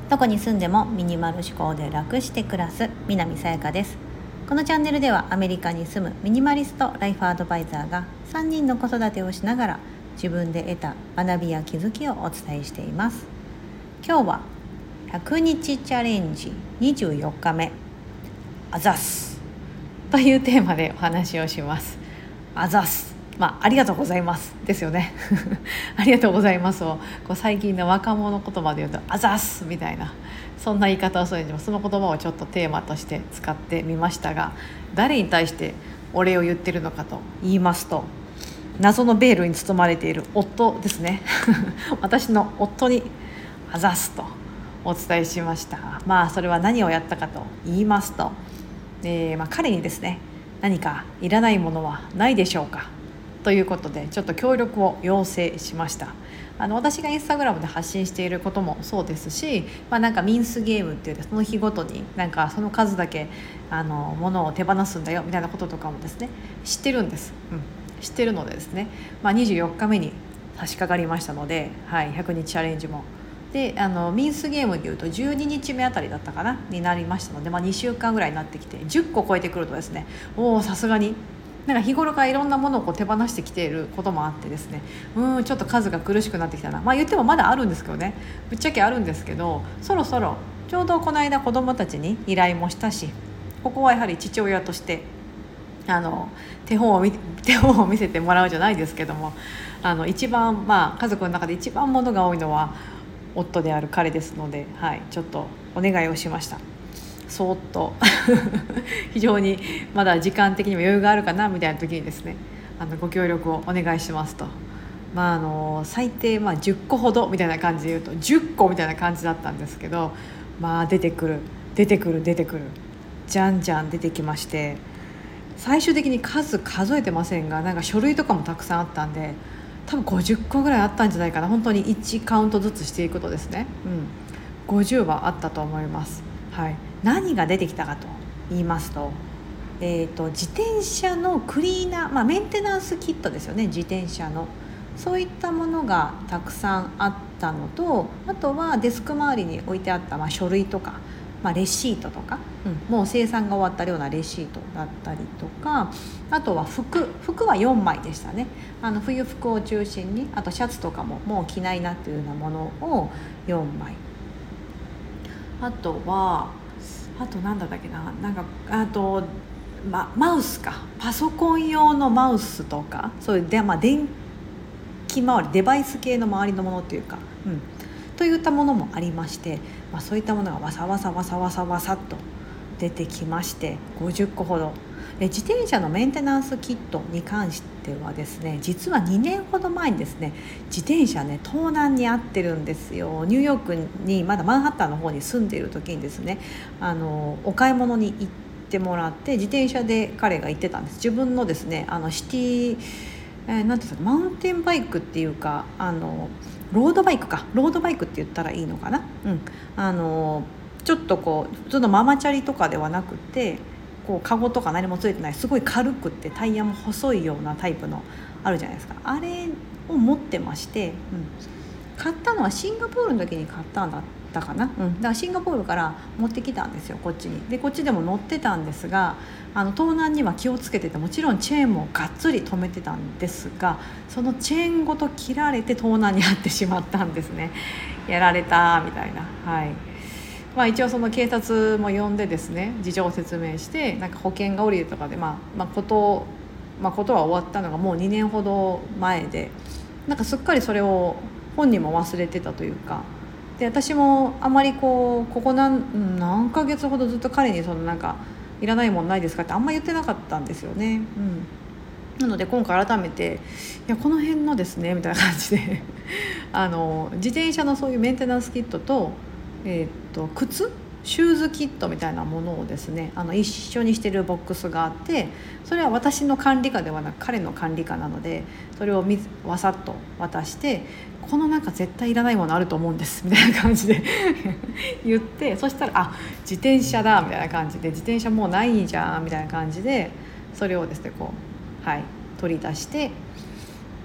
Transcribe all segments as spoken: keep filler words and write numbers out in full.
どこに住んでもミニマル思考で楽して暮らす南さやかです。このチャンネルではアメリカに住むミニマリストライフアドバイザーがさんにんの子育てをしながら自分で得た学びや気づきをお伝えしています。今日はひゃくにちチャレンジにじゅうよっかめあざすというテーマでお話をします。あざす、まあ、ありがとうございますですよねありがとうございますをこう最近の若者言葉で言うとあざすみたいな、そんな言い方をするにもその言葉をちょっとテーマとして使ってみましたが、誰に対してお礼を言ってるのかと言いますと、謎のベールに包まれている夫ですね私の夫にあざすとお伝えしました。まあそれは何をやったかと言いますと、えーまあ、彼にですね、何かいらないものはないでしょうかということでちょっと協力を要請しました。あの私がインスタグラムで発信していることもそうですし、まあ、なんかミンスゲームっていうその日ごとになんかその数だけあの物を手放すんだよみたいなこととかもですね知ってるんです、うん、知ってるのでですね、まあ、にじゅうよっかめに差し掛かりましたので、はい、ひゃくにちチャレンジもであのミンスゲームでいうとじゅうににちめあたりだったかなになりましたので、まあ、にしゅうかんぐらいになってきてじゅっこ超えてくるとですね、おおさすがになんか日頃からいろんなものをこう手放してきていることもあってですね、うんちょっと数が苦しくなってきたな。まあ言ってもまだあるんですけどね、ぶっちゃけあるんですけど、そろそろちょうどこの間子どもたちに依頼もしたし、ここはやはり父親としてあの手本を見手本を見せてもらうじゃないですけども、あの一番、まあ、家族の中で一番ものが多いのは夫である彼ですので、はい、ちょっとお願いをしました。そーっと非常にまだ時間的にも余裕があるかなみたいな時にですね、あのご協力をお願いしますと、まあ、あの最低まあじゅっこほどみたいな感じで言うとじゅっこみたいな感じだったんですけど、まあ出てくる出てくる出てくるじゃんじゃん出てきまして、最終的に数数えてませんが、なんか書類とかもたくさんあったんで多分ごじゅっこぐらいあったんじゃないかな。本当にいちカウントずつしていくとですね、うん、ごじゅうはあったと思います。はい、何が出てきたかと言いますと、えーと、自転車のクリーナー、まあ、メンテナンスキットですよね。自転車のそういったものがたくさんあったのと、あとはデスク周りに置いてあった、まあ、書類とか、まあ、レシートとか、うん、もう生産が終わったようなレシートだったりとか、あとは服服はよんまいでしたね。あの冬服を中心に、あとシャツとかももう着ないなっていうようなものをよんまい、あとはあと何だったっけな、なんかあと、ま、マウスか、パソコン用のマウスとか、そういうで、まあ、電気周りデバイス系の周りのものっていうか、うん、といったものもありまして、まあ、そういったものがわさわさわさわさわさっと出てきまして、ごじゅっこほどで、自転車のメンテナンスキットに関してはですね、実はにねんほど前にですね、自転車ね盗難に遭ってるんですよ。ニューヨークにまだマンハッタンの方に住んでいる時にですね、あのお買い物に行ってもらって、自転車で彼が行ってたんです。自分のですね、あのシティ、えー、なんていうんですか、マウンテンバイクっていうか、あのロードバイクかロードバイクって言ったらいいのかな、うん、あのちょっとこう普通のママチャリとかではなくて、こうカゴとか何もついてない、すごい軽くってタイヤも細いようなタイプのあるじゃないですか。あれを持ってまして、うん、買ったのはシンガポールの時に買ったんだったかな、うん、だからシンガポールから持ってきたんですよ、こっちに。でこっちでも乗ってたんですが、あの盗難には気をつけてて、もちろんチェーンもがっつり止めてたんですが、そのチェーンごと切られて盗難に遭ってしまったんですね。やられたみたいな。はい、まあ、一応その警察も呼んでですね、事情を説明して、なんか保険が下りるとかで、まあまあ、ことまあ、ことは終わったのがもうにねんほど前で、なんかすっかりそれを本人も忘れてたというか、で私もあまりこうここ 何, 何ヶ月ほどずっと彼にそのなんかいらないもんないですかってあんま言ってなかったんですよね、うん、なので今回改めて、いやこの辺のですねみたいな感じであの自転車のそういうメンテナンスキットと、えー、っと靴シューズキットみたいなものをですね、あの一緒にしてるボックスがあって、それは私の管理下ではなく彼の管理下なので、それをみわさっと渡して、このなんか絶対いらないものあると思うんですみたいな感じで言って、そしたらあ自転車だみたいな感じで、自転車もうないじゃんみたいな感じで、それをですねこう、はい、取り出して、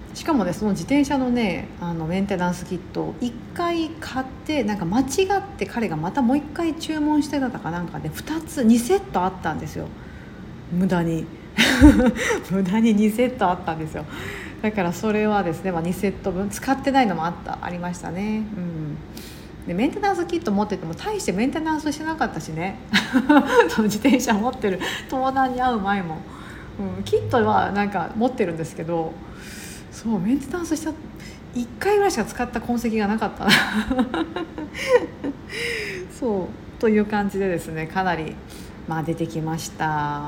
しかもねその自転車のねあのメンテナンスキットをいっかい買って、なんか間違って彼がまたもういっかい注文してたかなんかでふたつにセットあったんですよ。無駄に無駄ににセットあったんですよ。だからそれはですね、まあ、にセットぶん使ってないのもあったありましたね。うんでメンテナンスキット持ってても大してメンテナンスしてなかったしねその自転車持ってる盗難に遭う前も、うん、キットはなんか持ってるんですけど、そうメンテナンスしたいっかいぐらいしか使った痕跡がなかったなそうという感じでですね、かなりまあ出てきました。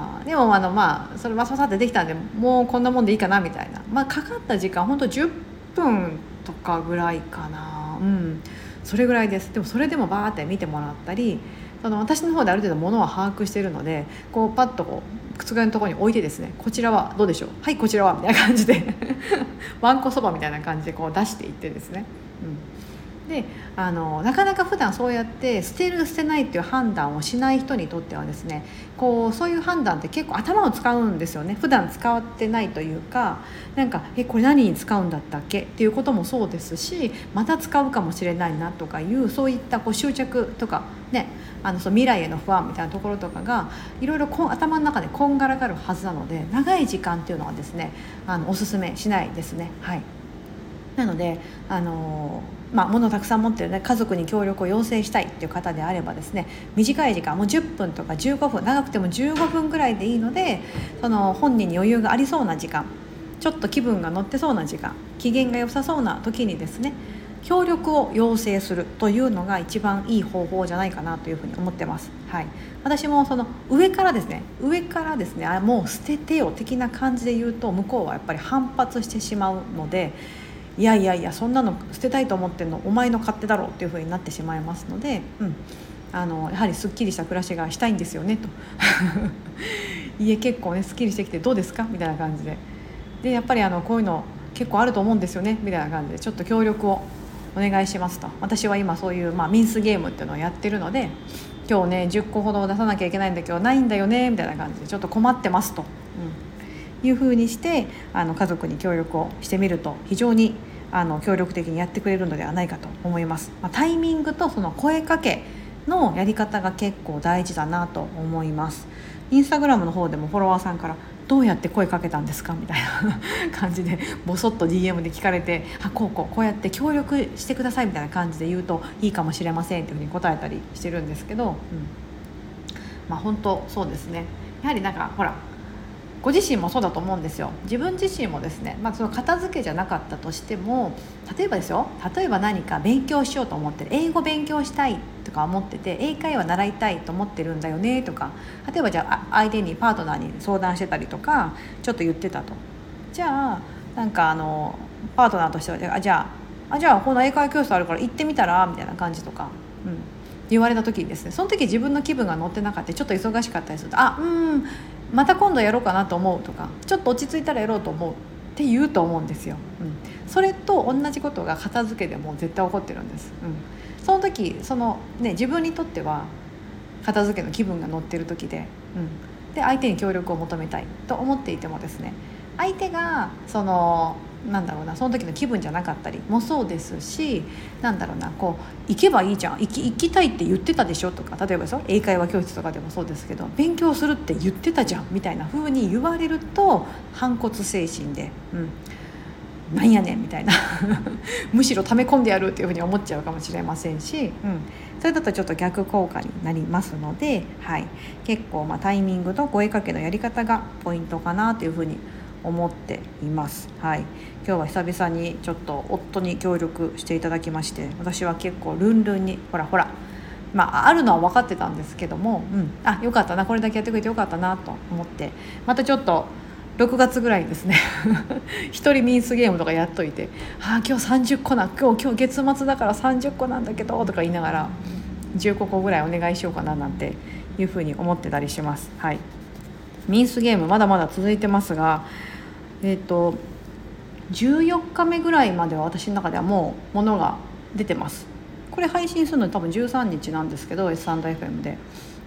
でもあのまあそれわさわさってできたんで、もうこんなもんでいいかなみたいな、まあかかった時間ほんとじゅっぷんとかぐらいかな、うんそれぐらいです。でもそれでもバーって見てもらったり、その私の方である程度物は把握しているので、こうパッとこう靴がのところに置いてですね、こちらはどうでしょう、はいこちらはみたいな感じでわんこそばみたいな感じでこう出していってですね、うん、であのなかなか普段そうやって捨てる捨てないっていう判断をしない人にとってはですね、こうそういう判断って結構頭を使うんですよね。普段使ってないというか、なんかえこれ何に使うんだったっけっていうこともそうですし、また使うかもしれないなとかいうそういったこう執着とかね、あのそう未来への不安みたいなところとかがいろいろこん頭の中でこんがらがるはずなので、長い時間っていうのはですねあのおすすめしないですね。はい、なのであのまあ、物をたくさん持ってる、ね、家族に協力を要請したいっていう方であればですね、短い時間もうじゅっぷんとかじゅうごふん、長くてもじゅうごふんぐらいでいいので、その本人に余裕がありそうな時間、ちょっと気分が乗ってそうな時間、機嫌が良さそうな時にですね協力を要請するというのが一番いい方法じゃないかなというふうに思ってます。はい、私もその上からですね上からですねあもう捨ててよ的な感じで言うと、向こうはやっぱり反発してしまうので、いやいやいやそんなの捨てたいと思ってんのお前の勝手だろうっていう風になってしまいますので、うん、あのやはりすっきりした暮らしがしたいんですよねと家結構ねすっきりしてきてどうですかみたいな感じで、でやっぱりあのこういうの結構あると思うんですよねみたいな感じで、ちょっと協力をお願いしますと。私は今そういう、まあ、ミンスゲームっていうのをやってるので、今日ねじゅっこほど出さなきゃいけないんだけどないんだよねみたいな感じでちょっと困ってますと、うん、いう風にしてあの家族に協力をしてみると非常にあの協力的にやってくれるのではないかと思います。まあ、タイミングとその声かけのやり方が結構大事だなと思います。インスタグラムの方でもフォロワーさんからどうやって声かけたんですかみたいな感じでボソッと ディーエム で聞かれて、あこうこうこうやって協力してくださいみたいな感じで言うといいかもしれませんっていうふうに答えたりしてるんですけど、うん、まあ本当そうですね。やはりなんかほらご自身もそうだと思うんですよ。自分自身もですね、まあ、その片付けじゃなかったとしても、例えばですよ、例えば何か勉強しようと思ってる、英語勉強したいとか思ってて英会話習いたいと思ってるんだよねとか、例えばじゃあ相手にパートナーに相談してたりとかちょっと言ってたと、じゃあなんかあのパートナーとしてはあじゃああじゃあこの英会話教室あるから行ってみたらみたいな感じとか、うん、言われた時にですね、その時自分の気分が乗ってなかったりちょっと忙しかったりすると、あうんまた今度やろうかなと思うとか、ちょっと落ち着いたらやろうと思うって言うと思うんですよ、うん、それと同じことが片付けでも絶対起こってるんです、うん、その時その、ね、自分にとっては片付けの気分が乗ってる時で、うん、で相手に協力を求めたいと思っていてもですね、相手がそのなんだろうなその時の気分じゃなかったりもそうですし、なんだろうなこう行けばいいじゃん、行き、行きたいって言ってたでしょとか、例えばそう英会話教室とかでもそうですけど、勉強するって言ってたじゃんみたいな風に言われると反骨精神で、うん、なんやねんみたいなむしろ溜め込んでやるっていう風に思っちゃうかもしれませんし、うん、それだとちょっと逆効果になりますので、はい、結構まあタイミングと声かけのやり方がポイントかなという風に思っています。はい、今日は久々にちょっと夫に協力していただきまして、私は結構ルンルンにほらほらまああるのは分かってたんですけども、うん、あよかったなこれだけやってくれてよかったなと思って、またちょっとろくがつぐらいにですね一人ミンスゲームとかやっといて、あ今日さんじゅっこな今日今日月末だからさんじゅっこなんだけどとか言いながらじゅっこぐらいお願いしようかななんていうふうに思ってたりします。はい、ミンスゲームまだまだ続いてますが、えーとじゅうよっかめぐらいまでは私の中ではもう物が出てます。これ配信するの多分じゅうさんにちなんですけど エスアンドエフエム で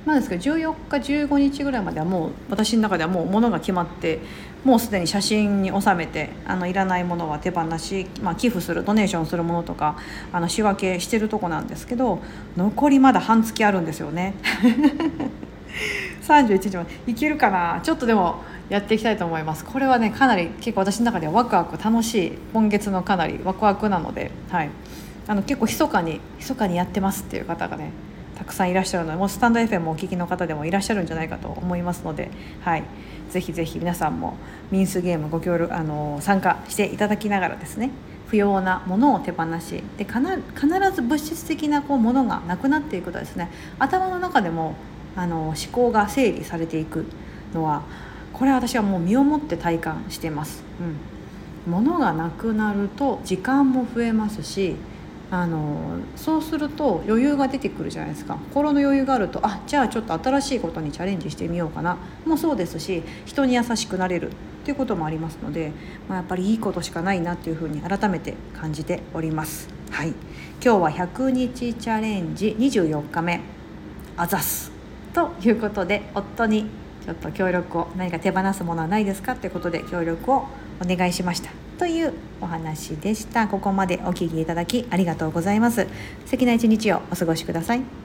なんですけどじゅうよっかじゅうごにちぐらいまではもう私の中ではもう物が決まって、もうすでに写真に収めて、あのいらないものは手放し、まあ、寄付するドネーションするものとかあの仕分けしてるとこなんですけど、残りまだ半月あるんですよねさんじゅういちにちまでいけるかな。ちょっとでもやっていきたいと思います。これはねかなり結構私の中ではワクワク楽しい今月のかなりワクワクなので、はい、あの結構密かに密かにやってますっていう方がねたくさんいらっしゃるので、もうスタンド エフエム をお聞きの方でもいらっしゃるんじゃないかと思いますので、はい、ぜひぜひ皆さんもミンスゲームご協力あの参加していただきながらですね、不要なものを手放しで、かな必ず物質的なこうものがなくなっていくとですね、頭の中でもあの思考が整理されていくのは、これは私はもう身をもって体感しています、うん、物がなくなると時間も増えますし、あのそうすると余裕が出てくるじゃないですか。心の余裕があると、あじゃあちょっと新しいことにチャレンジしてみようかなもそうですし、人に優しくなれるっていうこともありますので、まあ、やっぱりいいことしかないなっていうふうに改めて感じております。はい、今日はひゃくにちチャレンジにじゅうよっかめあざすということで、夫にちょっと協力を、何か手放すものはないですかということで協力をお願いしましたというお話でした。ここまでお聞きいただきありがとうございます。素敵な一日をお過ごしください。